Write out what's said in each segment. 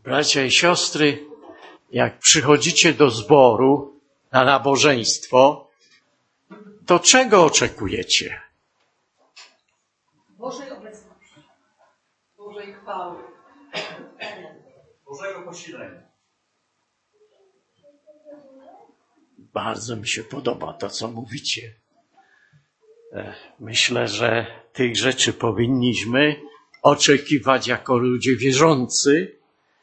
Bracia i siostry, jak przychodzicie do zboru na nabożeństwo, to czego oczekujecie? Bożej obecności, Bożej chwały, Bożego posilenia. Bardzo mi się podoba to, co mówicie. Myślę, że tych rzeczy powinniśmy oczekiwać jako ludzie wierzący.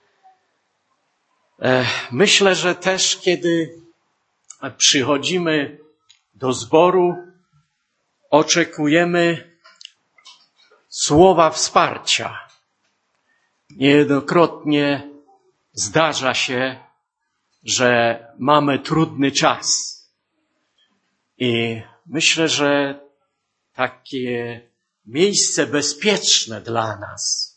Myślę, że też kiedy przychodzimy do zboru, oczekujemy słowa wsparcia. Niejednokrotnie zdarza się, że mamy trudny czas. I myślę, że takie miejsce bezpieczne dla nas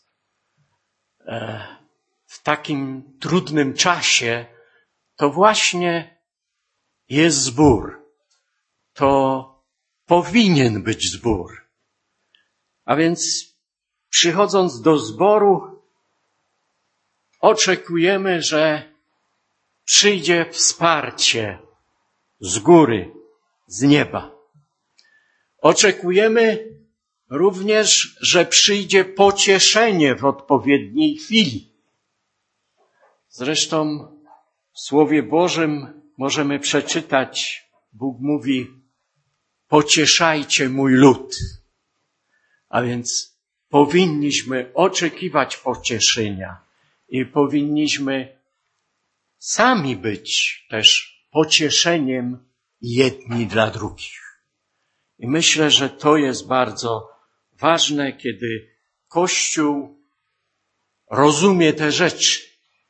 w takim trudnym czasie to właśnie jest zbór. To powinien być zbór. A więc przychodząc do zboru oczekujemy, że przyjdzie wsparcie z góry, z nieba. Oczekujemy również, że przyjdzie pocieszenie w odpowiedniej chwili. Zresztą w Słowie Bożym możemy przeczytać, Bóg mówi, pocieszajcie mój lud. A więc powinniśmy oczekiwać pocieszenia i powinniśmy sami być też pocieszeniem jedni dla drugich. I myślę, że to jest bardzo ważne, kiedy Kościół rozumie te rzeczy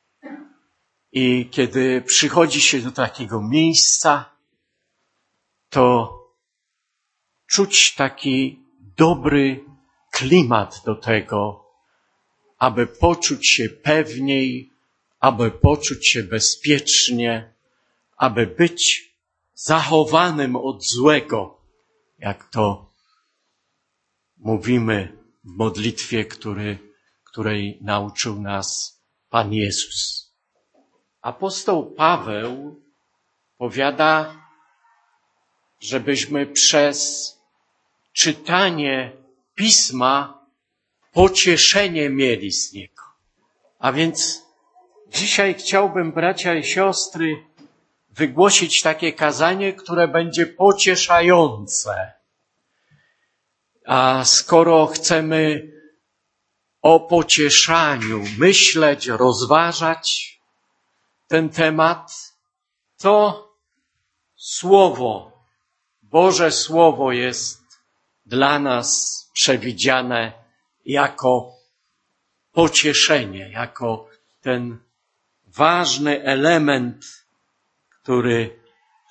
i kiedy przychodzi się do takiego miejsca, to czuć taki dobry klimat do tego, aby poczuć się pewniej, aby poczuć się bezpiecznie, aby być zachowanym od złego, jak to mówimy w modlitwie, której nauczył nas Pan Jezus. Apostoł Paweł powiada, żebyśmy przez czytanie Pisma pocieszenie mieli z niego. A więc dzisiaj chciałbym, bracia i siostry, wygłosić takie kazanie, które będzie pocieszające. A skoro chcemy o pocieszaniu myśleć, rozważać ten temat, to Słowo, Boże Słowo jest dla nas przewidziane jako pocieszenie, jako ten ważny element, który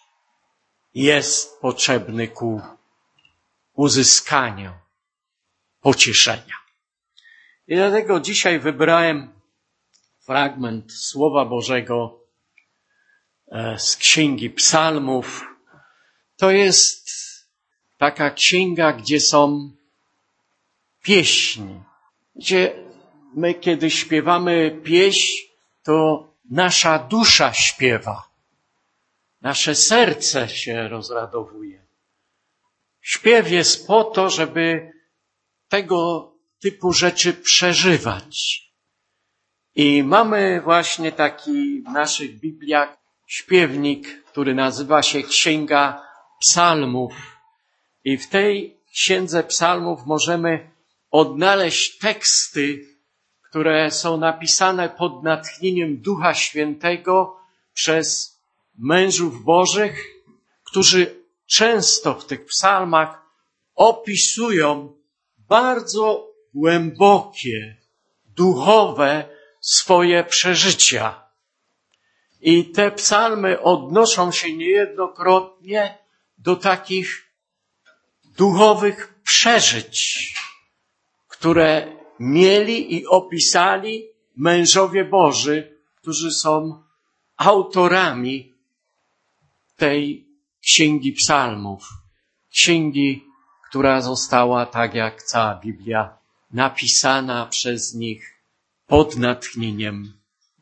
jest potrzebny ku uzyskaniu pocieszenia. I dlatego dzisiaj wybrałem fragment Słowa Bożego z Księgi Psalmów. To jest taka księga, gdzie są pieśni. Gdzie my, kiedy śpiewamy pieśń, to nasza dusza śpiewa. Nasze serce się rozradowuje. Śpiew jest po to, żeby tego typu rzeczy przeżywać. I mamy właśnie taki w naszych Bibliach śpiewnik, który nazywa się Księga Psalmów. I w tej Księdze Psalmów możemy odnaleźć teksty, które są napisane pod natchnieniem Ducha Świętego przez mężów Bożych, którzy często w tych psalmach opisują bardzo głębokie, duchowe swoje przeżycia. I te psalmy odnoszą się niejednokrotnie do takich duchowych przeżyć, które mieli i opisali mężowie Boży, którzy są autorami tej Księgi Psalmów. Księgi, która została, tak jak cała Biblia, napisana przez nich pod natchnieniem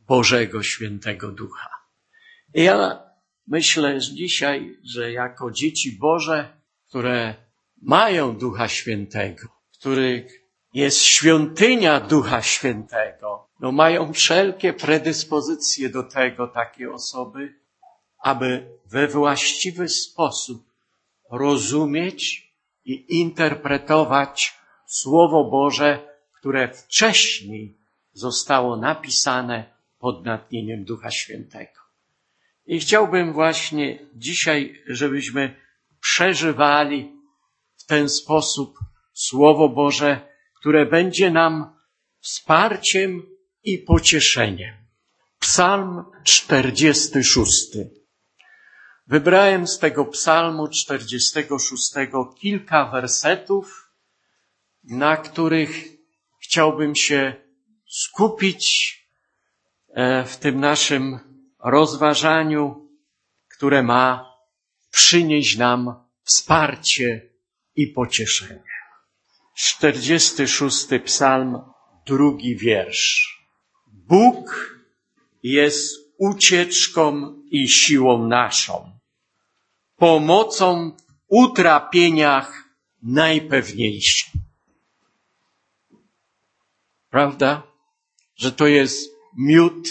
Bożego Świętego Ducha. I ja myślę że dzisiaj, że jako dzieci Boże, które mają Ducha Świętego, w których jest świątynia Ducha Świętego, no mają wszelkie predyspozycje do tego, takie osoby, aby we właściwy sposób rozumieć i interpretować Słowo Boże, które wcześniej zostało napisane pod natchnieniem Ducha Świętego. I chciałbym właśnie dzisiaj, żebyśmy przeżywali w ten sposób Słowo Boże, które będzie nam wsparciem i pocieszeniem. Psalm 46. Wybrałem z tego psalmu 46 kilka wersetów, na których chciałbym się skupić w tym naszym rozważaniu, które ma przynieść nam wsparcie i pocieszenie. 46 psalm, 2 wiersz. Bóg jest ucieczką i siłą naszą, pomocą w utrapieniach najpewniejszą. Prawda? Że to jest miód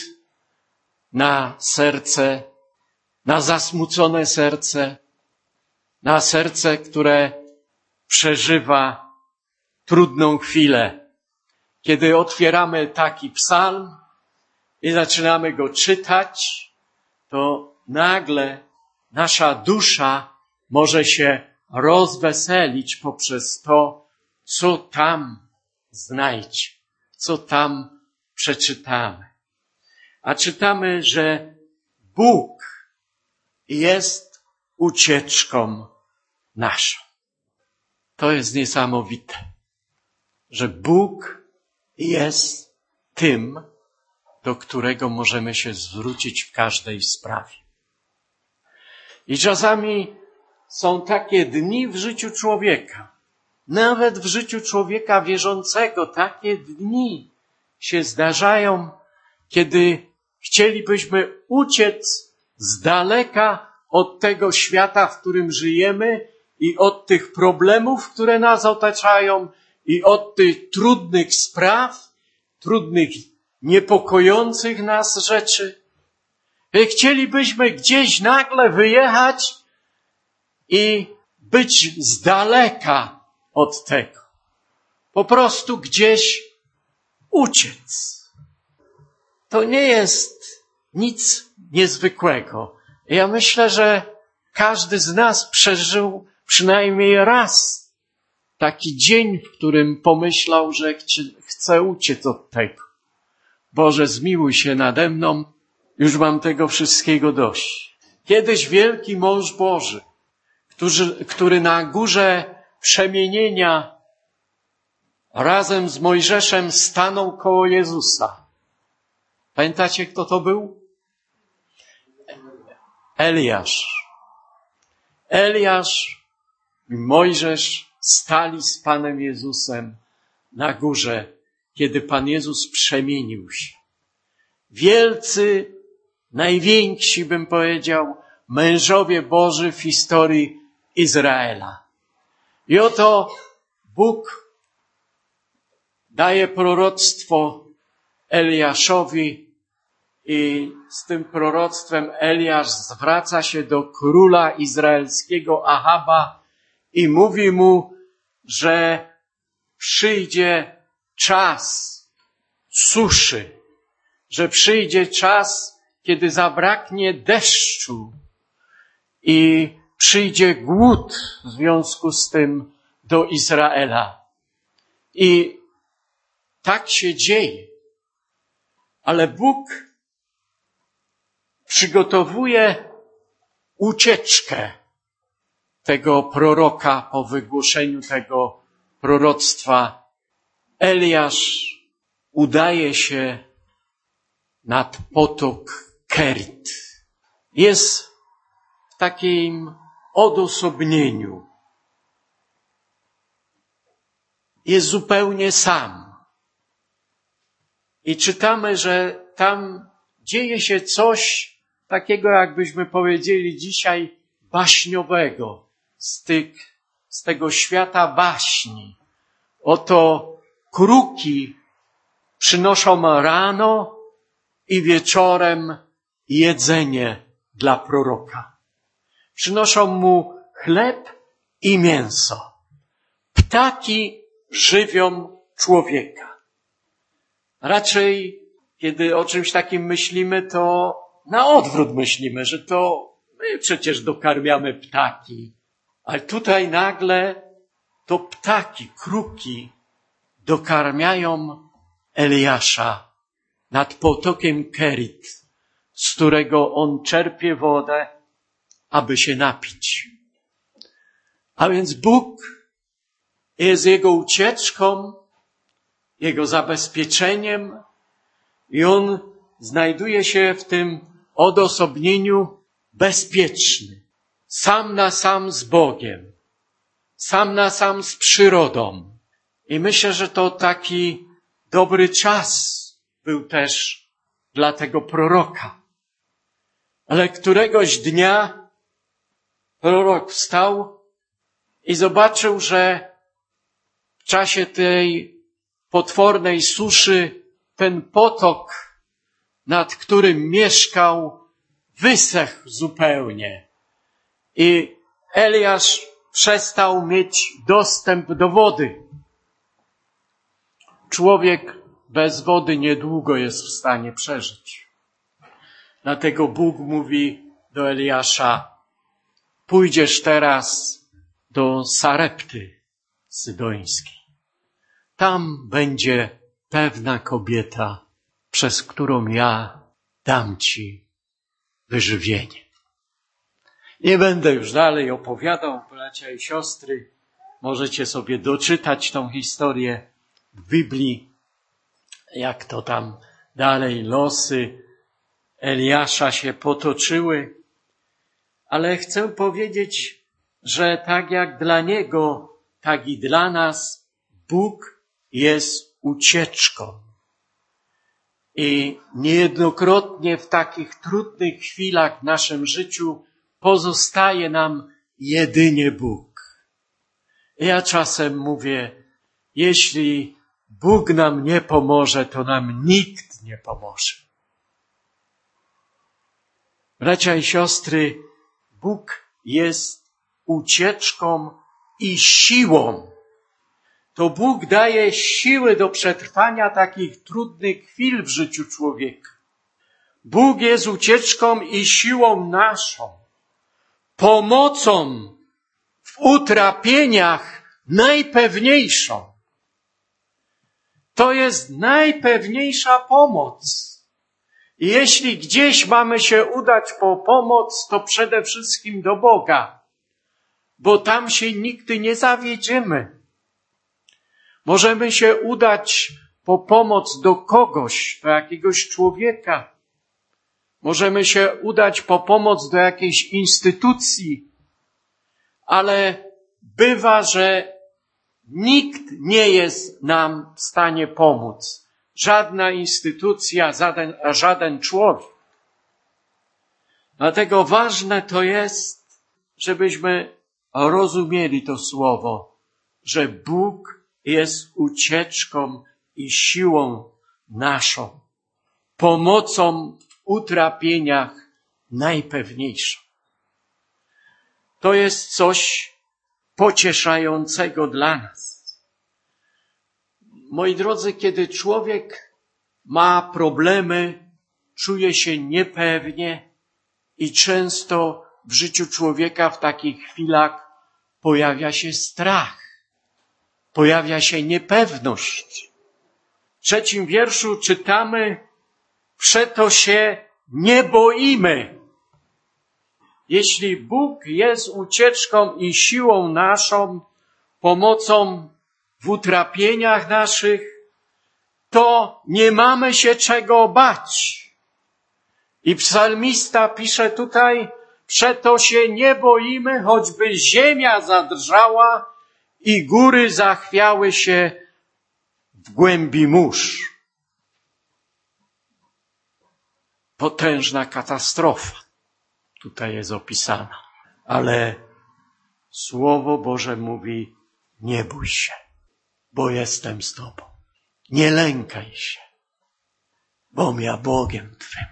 na serce, na zasmucone serce, na serce, które przeżywa trudną chwilę. Kiedy otwieramy taki psalm i zaczynamy go czytać, to nagle nasza dusza może się rozweselić poprzez to, co tam znajdzie, co tam przeczytamy. A czytamy, że Bóg jest ucieczką naszą. To jest niesamowite, że Bóg jest tym, do którego możemy się zwrócić w każdej sprawie. I czasami są takie dni w życiu człowieka, nawet w życiu człowieka wierzącego, takie dni się zdarzają, kiedy chcielibyśmy uciec z daleka od tego świata, w którym żyjemy i od tych problemów, które nas otaczają i od tych trudnych spraw, trudnych, niepokojących nas rzeczy. Chcielibyśmy gdzieś nagle wyjechać i być z daleka od tego. Po prostu gdzieś uciec. To nie jest nic niezwykłego. Ja myślę, że każdy z nas przeżył przynajmniej raz taki dzień, w którym pomyślał, że chce uciec od tego. Boże, zmiłuj się nade mną, już mam tego wszystkiego dość. Kiedyś wielki mąż Boży, który na górze przemienienia razem z Mojżeszem stanął koło Jezusa. Pamiętacie, kto to był? Eliasz. Eliasz i Mojżesz stali z Panem Jezusem na górze, kiedy Pan Jezus przemienił się. Wielcy, najwięksi, bym powiedział, mężowie Boży w historii Izraela. I oto Bóg daje proroctwo Eliaszowi i z tym proroctwem Eliasz zwraca się do króla izraelskiego Ahaba i mówi mu, że przyjdzie czas suszy, że przyjdzie czas, kiedy zabraknie deszczu i przyjdzie głód w związku z tym do Izraela. I tak się dzieje. Ale Bóg przygotowuje ucieczkę tego proroka po wygłoszeniu tego proroctwa. Eliasz udaje się nad potok Kerit. Jest w takim odosobnieniu. Jest zupełnie sam. I czytamy, że tam dzieje się coś takiego, jakbyśmy powiedzieli dzisiaj, baśniowego, z tego świata baśni. Oto kruki przynoszą rano i wieczorem jedzenie dla proroka. Przynoszą mu chleb i mięso. Ptaki żywią człowieka. Raczej, kiedy o czymś takim myślimy, to na odwrót myślimy, że to my przecież dokarmiamy ptaki. Ale tutaj nagle to ptaki, kruki dokarmiają Eliasza nad potokiem Kerit, z którego on czerpie wodę, aby się napić. A więc Bóg jest jego ucieczką, jego zabezpieczeniem i on znajduje się w tym odosobnieniu bezpieczny. Sam na sam z Bogiem. Sam na sam z przyrodą. I myślę, że to taki dobry czas był też dla tego proroka. Ale któregoś dnia prorok wstał i zobaczył, że w czasie tej potwornej suszy ten potok, nad którym mieszkał, wysechł zupełnie. I Eliasz przestał mieć dostęp do wody. Człowiek bez wody niedługo jest w stanie przeżyć. Dlatego Bóg mówi do Eliasza: pójdziesz teraz do Sarepty Sydońskiej. Tam będzie pewna kobieta, przez którą ja dam ci wyżywienie. Nie będę już dalej opowiadał, bracia i siostry. Możecie sobie doczytać tą historię w Biblii, jak to tam dalej losy Eliasza się potoczyły. Ale chcę powiedzieć, że tak jak dla niego, tak i dla nas Bóg jest ucieczką. I niejednokrotnie w takich trudnych chwilach w naszym życiu pozostaje nam jedynie Bóg. Ja czasem mówię, jeśli Bóg nam nie pomoże, to nam nikt nie pomoże. Bracia i siostry, Bóg jest ucieczką i siłą. To Bóg daje siły do przetrwania takich trudnych chwil w życiu człowieka. Bóg jest ucieczką i siłą naszą, pomocą w utrapieniach najpewniejszą. To jest najpewniejsza pomoc. I jeśli gdzieś mamy się udać po pomoc, to przede wszystkim do Boga, bo tam się nigdy nie zawiedziemy. Możemy się udać po pomoc do kogoś, do jakiegoś człowieka. Możemy się udać po pomoc do jakiejś instytucji, ale bywa, że nikt nie jest nam w stanie pomóc. Żadna instytucja, żaden człowiek. Dlatego ważne to jest, żebyśmy rozumieli to słowo, że Bóg jest ucieczką i siłą naszą, pomocą w utrapieniach najpewniejszą. To jest coś pocieszającego dla nas. Moi drodzy, kiedy człowiek ma problemy, czuje się niepewnie i często w życiu człowieka w takich chwilach pojawia się strach, pojawia się niepewność. W 3 wierszu czytamy: przeto się nie boimy. Jeśli Bóg jest ucieczką i siłą naszą, pomocą w utrapieniach naszych, to nie mamy się czego bać. I psalmista pisze tutaj: przeto się nie boimy, choćby ziemia zadrżała i góry zachwiały się w głębi mórz. potężna katastrofa tutaj jest opisana. Ale Słowo Boże mówi, nie bój się, bo jestem z tobą. Nie lękaj się, bom ja Bogiem twym.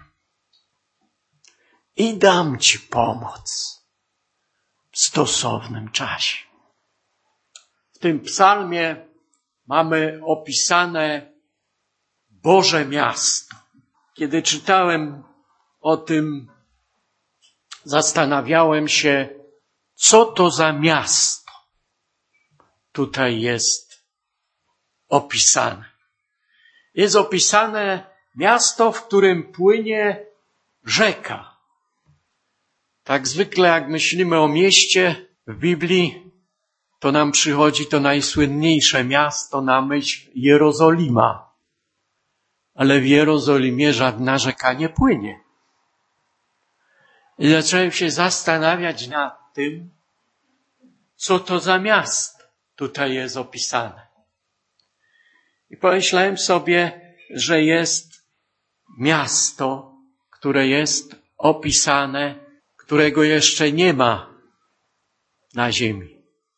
I dam ci pomoc w stosownym czasie. W tym psalmie mamy opisane Boże miasto. Kiedy czytałem o tym, zastanawiałem się, co to za miasto tutaj jest opisane. Jest opisane miasto, w którym płynie rzeka. Tak zwykle jak myślimy o mieście w Biblii, to nam przychodzi to najsłynniejsze miasto na myśl Jerozolima. Ale w Jerozolimie żadna rzeka nie płynie. I zacząłem się zastanawiać nad tym, co to za miasto tutaj jest opisane. I pomyślałem sobie, że jest miasto, które jest opisane, którego jeszcze nie ma na ziemi.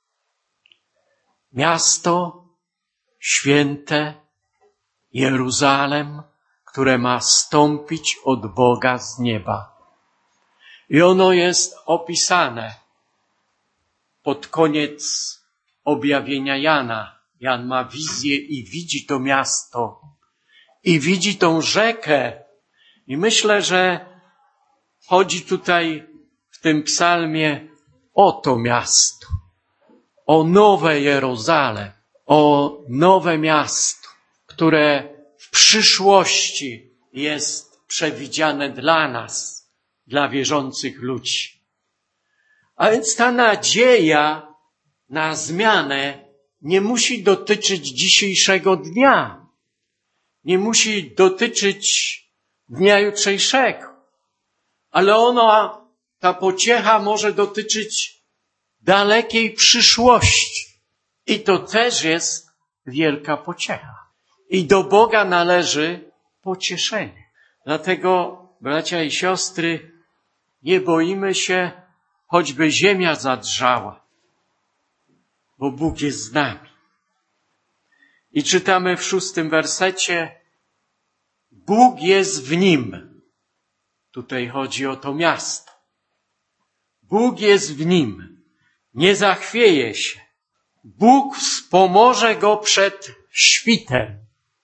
Miasto święte, Jeruzalem, które ma stąpić od Boga z nieba. I ono jest opisane pod koniec objawienia Jana. Jan ma wizję i widzi to miasto. I widzi tą rzekę. I myślę, że chodzi tutaj w tym psalmie o to miasto. O nowe Jerozalem. O nowe miasto, które w przyszłości jest przewidziane dla nas, dla wierzących ludzi. A więc ta nadzieja na zmianę nie musi dotyczyć dzisiejszego dnia. Nie musi dotyczyć dnia jutrzejszego. Ale ta pociecha może dotyczyć dalekiej przyszłości. I to też jest wielka pociecha. I do Boga należy pocieszenie. Dlatego, bracia i siostry, nie boimy się, choćby ziemia zadrżała, bo Bóg jest z nami. I czytamy w 6 wersecie, Bóg jest w nim. Tutaj chodzi o to miasto. Bóg jest w nim. Nie zachwieje się. Bóg wspomoże go przed świtem.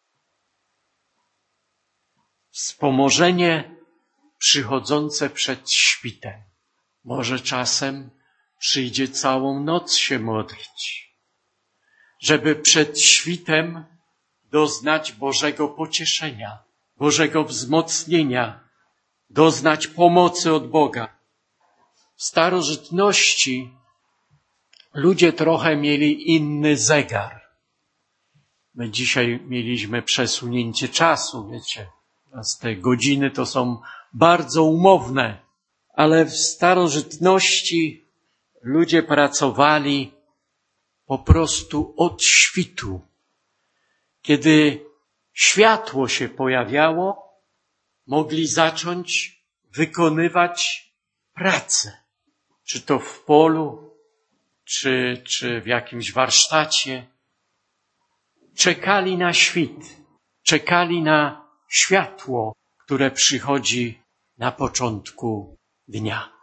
Wspomożenie przychodzące przed świtem. Może czasem przyjdzie całą noc się modlić, żeby przed świtem doznać Bożego pocieszenia, Bożego wzmocnienia, doznać pomocy od Boga. W starożytności ludzie trochę mieli inny zegar. My dzisiaj mieliśmy przesunięcie czasu, wiecie. Te godziny to są bardzo umowne, ale w starożytności ludzie pracowali po prostu od świtu. Kiedy światło się pojawiało, mogli zacząć wykonywać pracę. Czy to w polu, czy w jakimś warsztacie. Czekali na świt, czekali na światło, które przychodzi na początku dnia.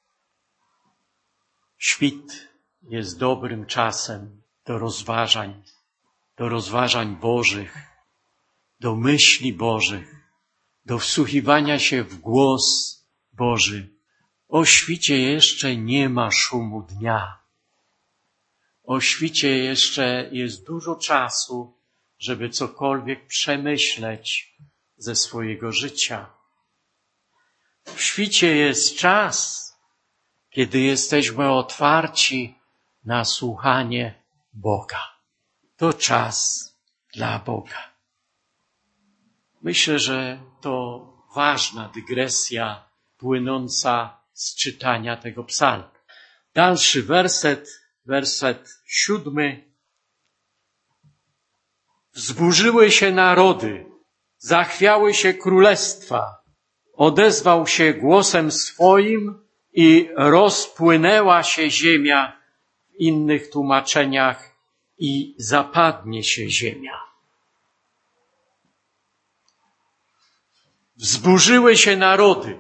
Świt jest dobrym czasem do rozważań Bożych, do myśli Bożych, do wsłuchiwania się w głos Boży. O świcie jeszcze nie ma szumu dnia. O świcie jeszcze jest dużo czasu, żeby cokolwiek przemyśleć ze swojego życia. W świcie jest czas, kiedy jesteśmy otwarci na słuchanie Boga. To czas dla Boga. Myślę, że to ważna dygresja płynąca z czytania tego psalmu. Dalszy werset 7. Wzburzyły się narody, zachwiały się królestwa. odezwał się głosem swoim i rozpłynęła się ziemia, w innych tłumaczeniach i zapadnie się ziemia. Wzburzyły się narody,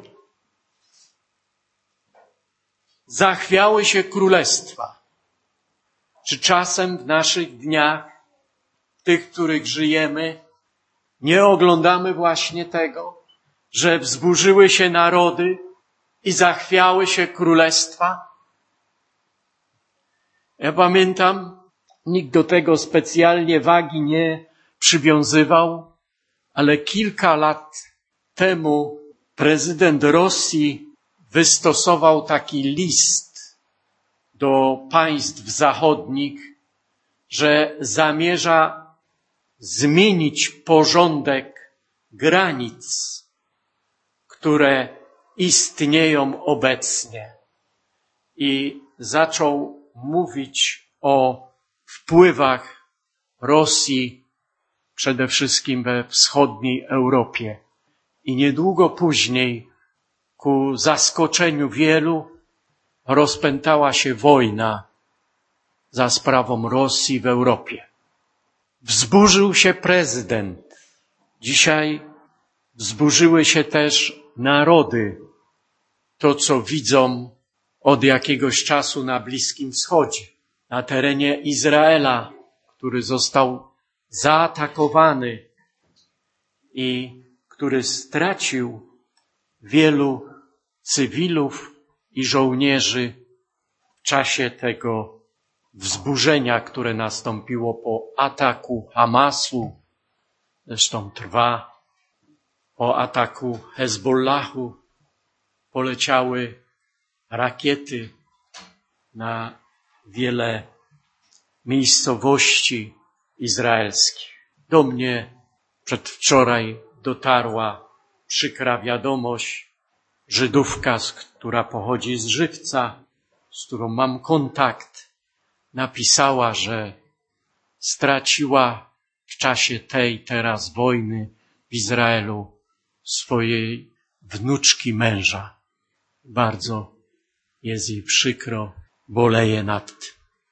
zachwiały się królestwa. Czy czasem w naszych dniach, tych, w których żyjemy, nie oglądamy właśnie tego, że wzburzyły się narody i zachwiały się królestwa? Ja pamiętam, nikt do tego specjalnie wagi nie przywiązywał, ale kilka lat temu prezydent Rosji wystosował taki list do państw zachodnich, że zamierza zmienić porządek granic, które istnieją obecnie. I zaczął mówić o wpływach Rosji przede wszystkim we wschodniej Europie. I niedługo później, ku zaskoczeniu wielu, rozpętała się wojna za sprawą Rosji w Europie. Wzburzył się prezydent. Dzisiaj wzburzyły się też narody. To, co widzą od jakiegoś czasu na Bliskim Wschodzie, na terenie Izraela, który został zaatakowany i który stracił wielu cywilów i żołnierzy w czasie tego wzburzenia, które nastąpiło po ataku Hamasu, zresztą trwa, po ataku Hezbollahu poleciały rakiety na wiele miejscowości izraelskich. Do mnie przedwczoraj dotarła przykra wiadomość. Żydówka, która pochodzi z Żywca, z którą mam kontakt, napisała, że straciła w czasie tej teraz wojny w Izraelu swojej wnuczki męża. Bardzo jest jej przykro, boleje nad tym.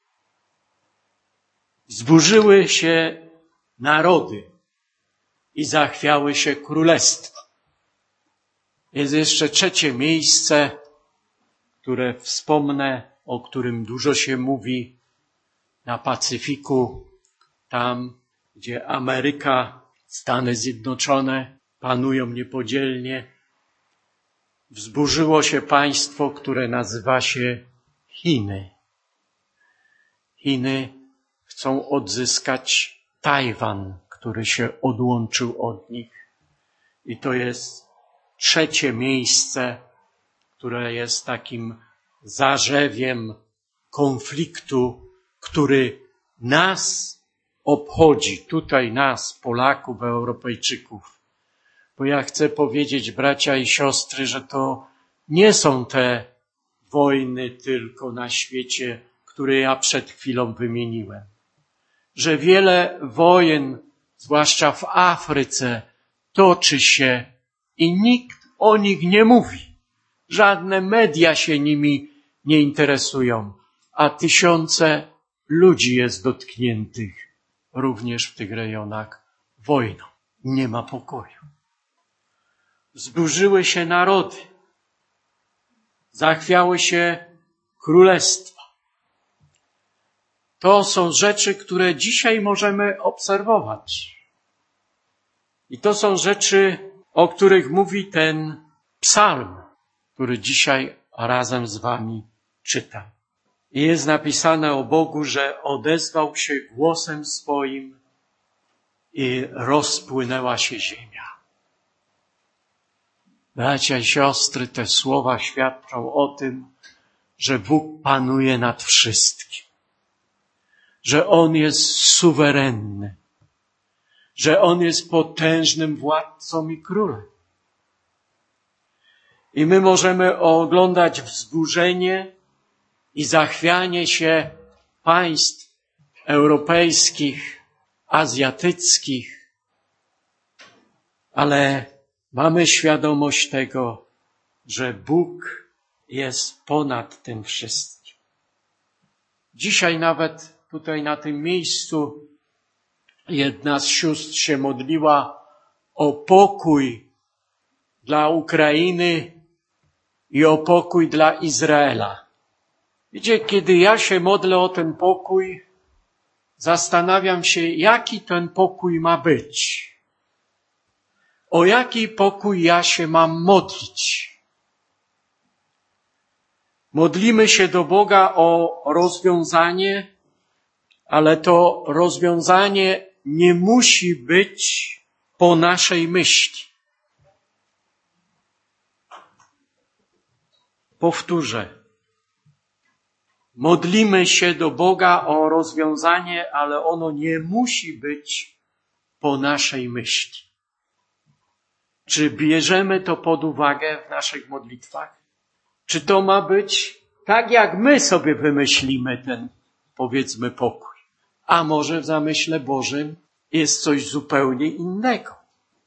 Wzburzyły się narody i zachwiały się królestwa. Jest jeszcze trzecie miejsce, które wspomnę, o którym dużo się mówi, na Pacyfiku, tam, gdzie Ameryka, Stany Zjednoczone panują niepodzielnie. Wzburzyło się państwo, które nazywa się Chiny. Chiny chcą odzyskać Tajwan, który się odłączył od nich. I to jest trzecie miejsce, które jest takim zarzewiem konfliktu, który nas obchodzi, tutaj nas, Polaków, Europejczyków. Bo ja chcę powiedzieć, bracia i siostry, że to nie są te wojny tylko na świecie, które ja przed chwilą wymieniłem. Że wiele wojen, zwłaszcza w Afryce, toczy się i nikt o nich nie mówi. Żadne media się nimi nie interesują, a tysiące ludzi jest dotkniętych również w tych rejonach wojną. Nie ma pokoju. Zburzyły się narody, zachwiały się królestwa. To są rzeczy, które dzisiaj możemy obserwować. I to są rzeczy, o których mówi ten psalm, który dzisiaj razem z wami czytam. I jest napisane o Bogu, że odezwał się głosem swoim i rozpłynęła się ziemia. Bracia i siostry, te słowa świadczą o tym, że Bóg panuje nad wszystkim, że On jest suwerenny, że On jest potężnym władcą i królem. I my możemy oglądać wzburzenie i zachwianie się państw europejskich, azjatyckich, ale Mamy świadomość tego, że Bóg jest ponad tym wszystkim. Dzisiaj nawet tutaj na tym miejscu jedna z sióstr się modliła o pokój dla Ukrainy i o pokój dla Izraela. Wiecie, kiedy ja się modlę o ten pokój, zastanawiam się, jaki ten pokój ma być. O jaki pokój ja się mam modlić? Modlimy się do Boga o rozwiązanie, ale to rozwiązanie nie musi być po naszej myśli. Powtórzę. Modlimy się do Boga o rozwiązanie, ale ono nie musi być po naszej myśli. Czy bierzemy to pod uwagę w naszych modlitwach? Czy to ma być tak, jak my sobie wymyślimy ten, powiedzmy, pokój? A może w zamyśle Bożym jest coś zupełnie innego?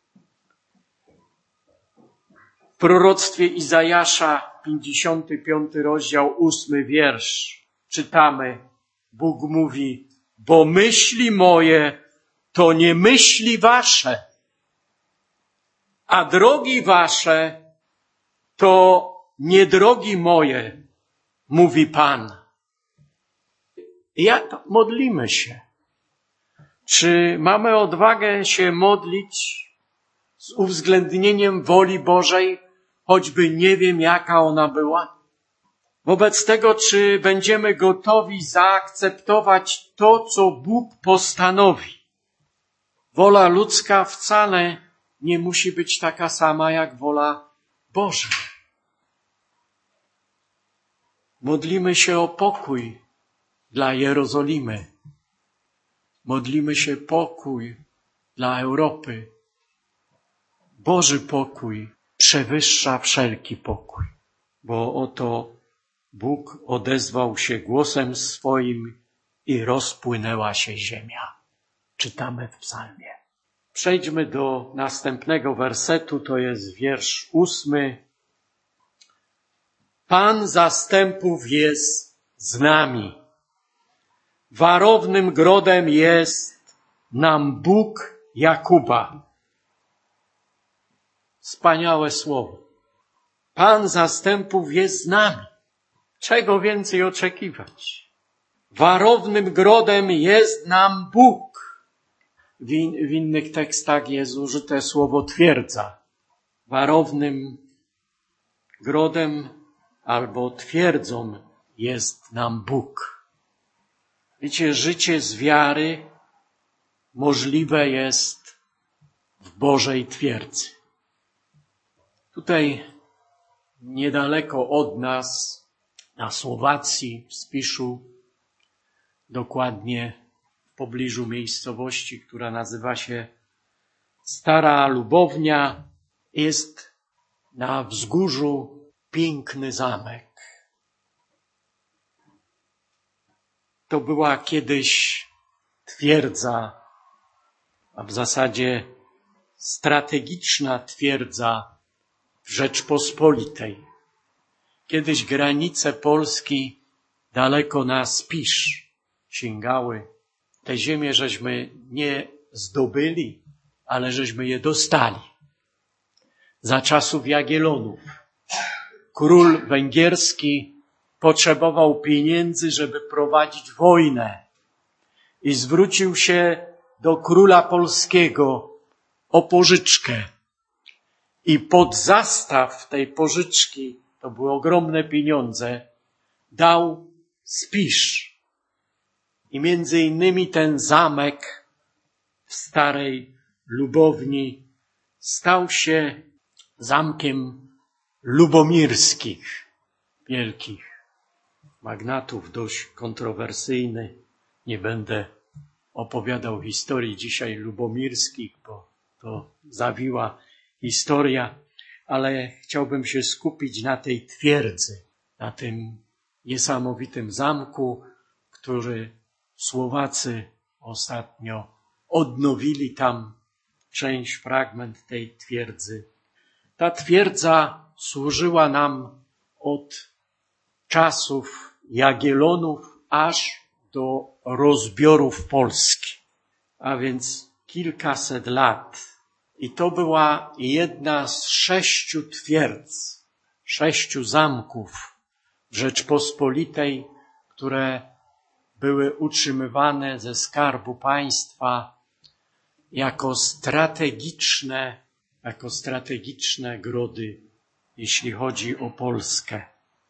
W proroctwie Izajasza, 55 rozdział, 8 wiersz, czytamy, Bóg mówi, bo myśli moje to nie myśli wasze, a drogi wasze to nie drogi moje, mówi Pan. Modlimy się. Czy mamy odwagę się modlić z uwzględnieniem woli Bożej, choćby nie wiem, jaka ona była? Wobec tego, czy będziemy gotowi zaakceptować to, co Bóg postanowi? Wola ludzka wcale nie musi być taka sama jak wola Boża. Modlimy się o pokój dla Jerozolimy. Modlimy się pokój dla Europy. Boży pokój przewyższa wszelki pokój, bo oto Bóg odezwał się głosem swoim i rozpłynęła się ziemia. Czytamy w psalmie. Przejdźmy do następnego wersetu, to jest wiersz 8. Pan zastępów jest z nami. Warownym grodem jest nam Bóg Jakuba. Wspaniałe słowo. Pan zastępów jest z nami. Czego więcej oczekiwać? Warownym grodem jest nam Bóg. W innych tekstach jest użyte słowo twierdza. Warownym grodem albo twierdzą jest nam Bóg. Wiecie, życie z wiary możliwe jest w Bożej twierdzy. Tutaj niedaleko od nas, na Słowacji, w Spiszu, dokładnie w pobliżu miejscowości, która nazywa się Stara Lubownia, jest na wzgórzu piękny zamek. To była kiedyś twierdza, a w zasadzie strategiczna twierdza w Rzeczpospolitej. Kiedyś granice Polski daleko na Spisz sięgały. Te ziemie żeśmy nie zdobyli, ale żeśmy je dostali. Za czasów Jagiellonów król węgierski potrzebował pieniędzy, żeby prowadzić wojnę i zwrócił się do króla polskiego o pożyczkę. I pod zastaw tej pożyczki, to były ogromne pieniądze, dał Spisz. I między innymi ten zamek w Starej Lubowni stał się zamkiem lubomirskich, wielkich magnatów, dość kontrowersyjny. Nie będę opowiadał historii dzisiaj lubomirskich, bo to zawiła historia, ale chciałbym się skupić na tej twierdzy, na tym niesamowitym zamku, który Słowacy ostatnio odnowili tam część, fragment tej twierdzy. Ta twierdza służyła nam od czasów Jagiellonów aż do rozbiorów Polski, a więc kilkaset lat. I to była jedna z 6 twierdz, 6 zamków w Rzeczpospolitej, które były utrzymywane ze skarbu państwa jako strategiczne grody, jeśli chodzi o Polskę.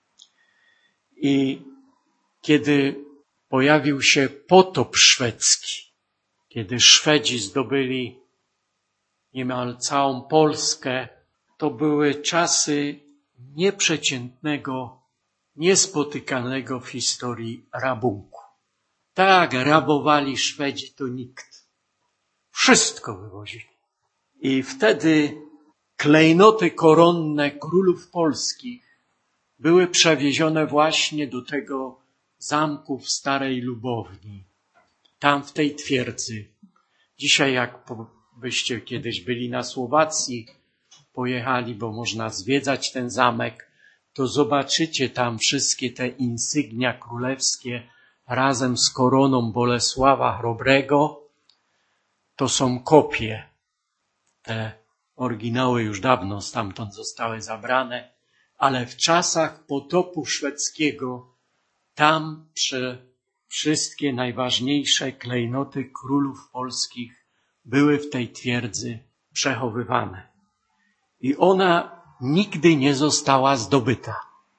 I kiedy pojawił się potop szwedzki, kiedy Szwedzi zdobyli niemal całą Polskę, to były czasy nieprzeciętnego, niespotykanego w historii rabunku. Tak rabowali Szwedzi to nikt. Wszystko wywozili. I wtedy klejnoty koronne królów polskich były przewiezione właśnie do tego zamku w Starej Lubowni. Tam w tej twierdzy. Dzisiaj jak byście kiedyś byli na Słowacji, pojechali, bo można zwiedzać ten zamek, to zobaczycie tam wszystkie te insygnia królewskie razem z koroną Bolesława Chrobrego. To są kopie. Te oryginały już dawno stamtąd zostały zabrane, ale w czasach potopu szwedzkiego tam wszystkie najważniejsze klejnoty królów polskich były w tej twierdzy przechowywane. I ona nigdy nie została zdobyta.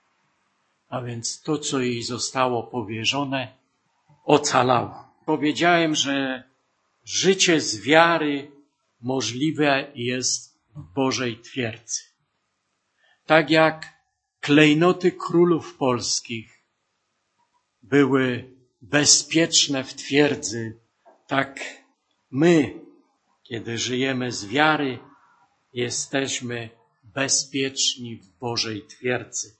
A więc to, co jej zostało powierzone, ocalało. Powiedziałem, że życie z wiary możliwe jest w Bożej twierdzy. Tak jak klejnoty królów polskich były bezpieczne w twierdzy, tak my, kiedy żyjemy z wiary, jesteśmy bezpieczni w Bożej twierdzy.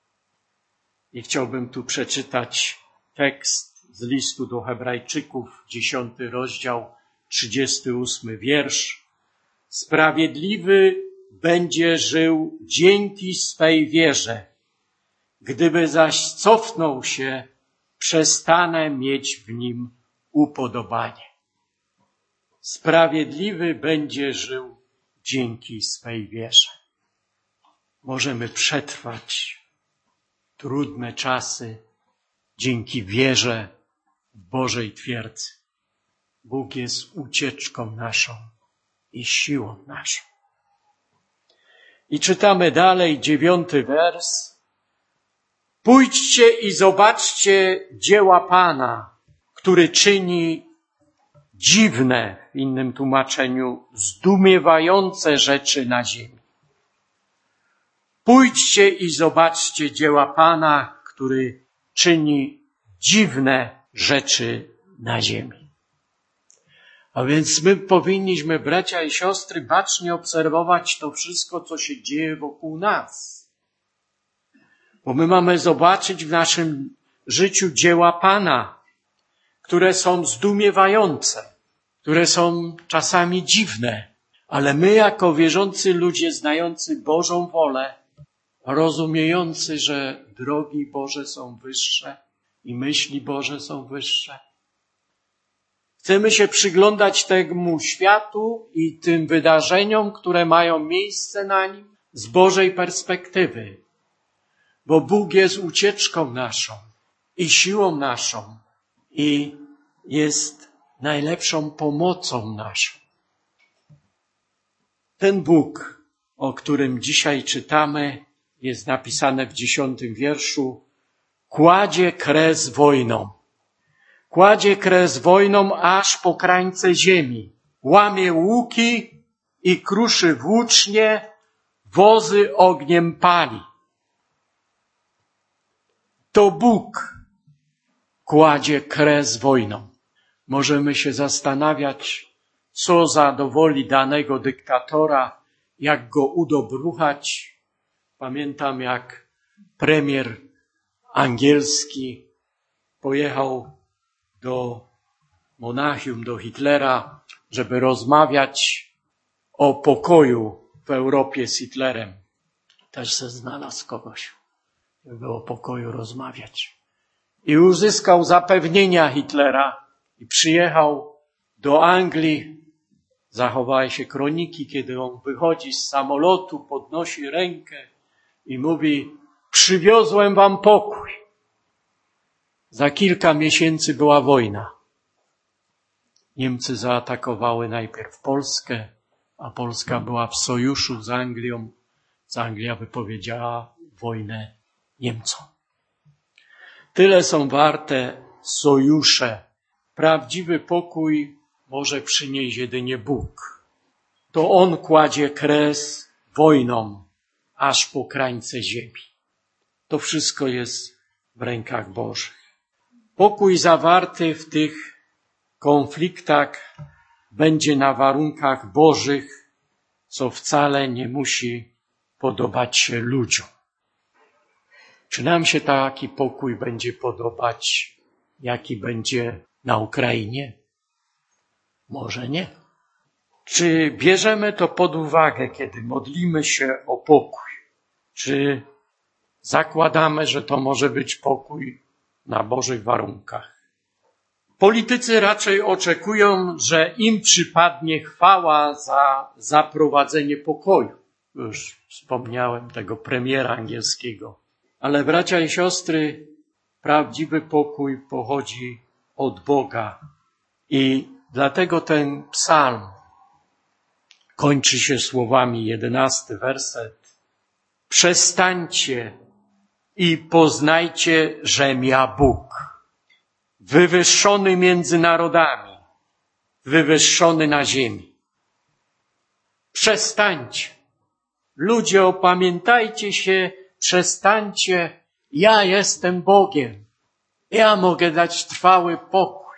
I chciałbym tu przeczytać tekst z listu do Hebrajczyków, 10 rozdział, 38 wiersz. Sprawiedliwy będzie żył dzięki swej wierze. Gdyby zaś cofnął się, przestanę mieć w nim upodobanie. Sprawiedliwy będzie żył dzięki swej wierze. Możemy przetrwać trudne czasy dzięki wierze w Bożej twierdzy. Bóg jest ucieczką naszą i siłą naszą. I czytamy dalej 9 wers. Pójdźcie i zobaczcie dzieła Pana, który czyni dziwne, w innym tłumaczeniu, zdumiewające rzeczy na ziemi. Pójdźcie i zobaczcie dzieła Pana, który czyni dziwne rzeczy na ziemi. A więc my powinniśmy, bracia i siostry, bacznie obserwować to wszystko, co się dzieje wokół nas. Bo my mamy zobaczyć w naszym życiu dzieła Pana, które są zdumiewające, które są czasami dziwne, ale my jako wierzący ludzie, znający Bożą wolę, rozumiejący, że drogi Boże są wyższe i myśli Boże są wyższe, chcemy się przyglądać temu światu i tym wydarzeniom, które mają miejsce na nim z Bożej perspektywy. Bo Bóg jest ucieczką naszą i siłą naszą i jest najlepszą pomocą naszą. Ten Bóg, o którym dzisiaj czytamy, jest napisane w 10 wierszu, kładzie kres wojnom. Kładzie kres wojnom aż po krańce ziemi. Łamie łuki i kruszy włócznie, wozy ogniem pali. To Bóg kładzie kres wojnom. Możemy się zastanawiać, co zadowoli danego dyktatora, jak go udobruchać. Pamiętam, jak premier angielski pojechał do Monachium, do Hitlera, żeby rozmawiać o pokoju w w Europie z Hitlerem. Też se znalazł kogoś, żeby o pokoju rozmawiać. I uzyskał zapewnienia Hitlera i przyjechał do Anglii. Zachowały się kroniki, kiedy on wychodzi z samolotu, podnosi rękę i mówi: przywiozłem wam pokój. Za kilka miesięcy była wojna. Niemcy zaatakowały najpierw Polskę, a Polska była w sojuszu z Anglią. Anglia wypowiedziała wojnę Niemcom. Tyle są warte sojusze. Prawdziwy pokój może przynieść jedynie Bóg. To On kładzie kres wojnom aż po krańce ziemi. To wszystko jest w rękach Bożych. Pokój zawarty w tych konfliktach będzie na warunkach Bożych, co wcale nie musi podobać się ludziom. Czy nam się taki pokój będzie podobać, jaki będzie na Ukrainie? Może nie. Czy bierzemy to pod uwagę, kiedy modlimy się o pokój? Czy zakładamy, że to może być pokój na Bożych warunkach? Politycy raczej oczekują, że im przypadnie chwała za zaprowadzenie pokoju. Już wspomniałem tego premiera angielskiego. Ale bracia i siostry, prawdziwy pokój pochodzi od Boga. I dlatego ten psalm kończy się słowami, 11 werset. Przestańcie i poznajcie, żem ja Bóg, wywyższony między narodami, wywyższony na ziemi. Przestańcie. Ludzie, opamiętajcie się, przestańcie. Ja jestem Bogiem. Ja mogę dać trwały pokój.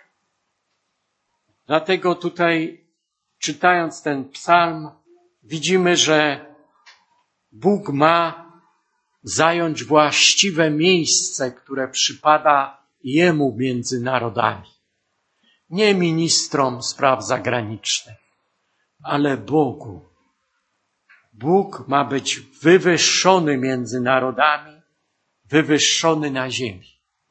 Dlatego tutaj, czytając ten psalm, widzimy, że Bóg ma zająć właściwe miejsce, które przypada Jemu między narodami. Nie ministrom spraw zagranicznych, ale Bogu. Bóg ma być wywyższony między narodami, wywyższony na ziemi.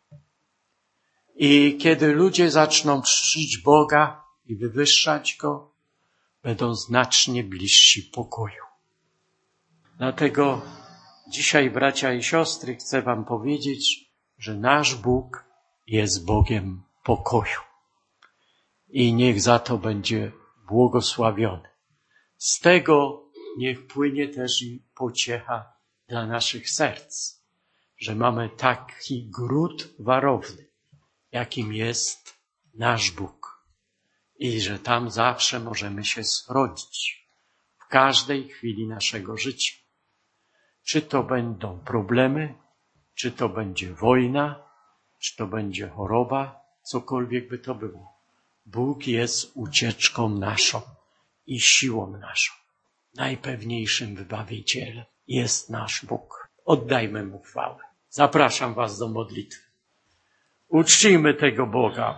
I kiedy ludzie zaczną czcić Boga i wywyższać Go, będą znacznie bliżsi pokoju. Dlatego dzisiaj, bracia i siostry, chcę wam powiedzieć, że nasz Bóg jest Bogiem pokoju. I niech za to będzie błogosławiony. Z tego niech płynie też i pociecha dla naszych serc, że mamy taki gród warowny, jakim jest nasz Bóg. I że tam zawsze możemy się schrodzić w każdej chwili naszego życia. Czy to będą problemy, czy to będzie wojna, czy to będzie choroba, cokolwiek by to było. Bóg jest ucieczką naszą i siłą naszą. Najpewniejszym wybawicielem jest nasz Bóg. Oddajmy Mu chwałę. Zapraszam was do modlitwy. Uczcijmy tego Boga.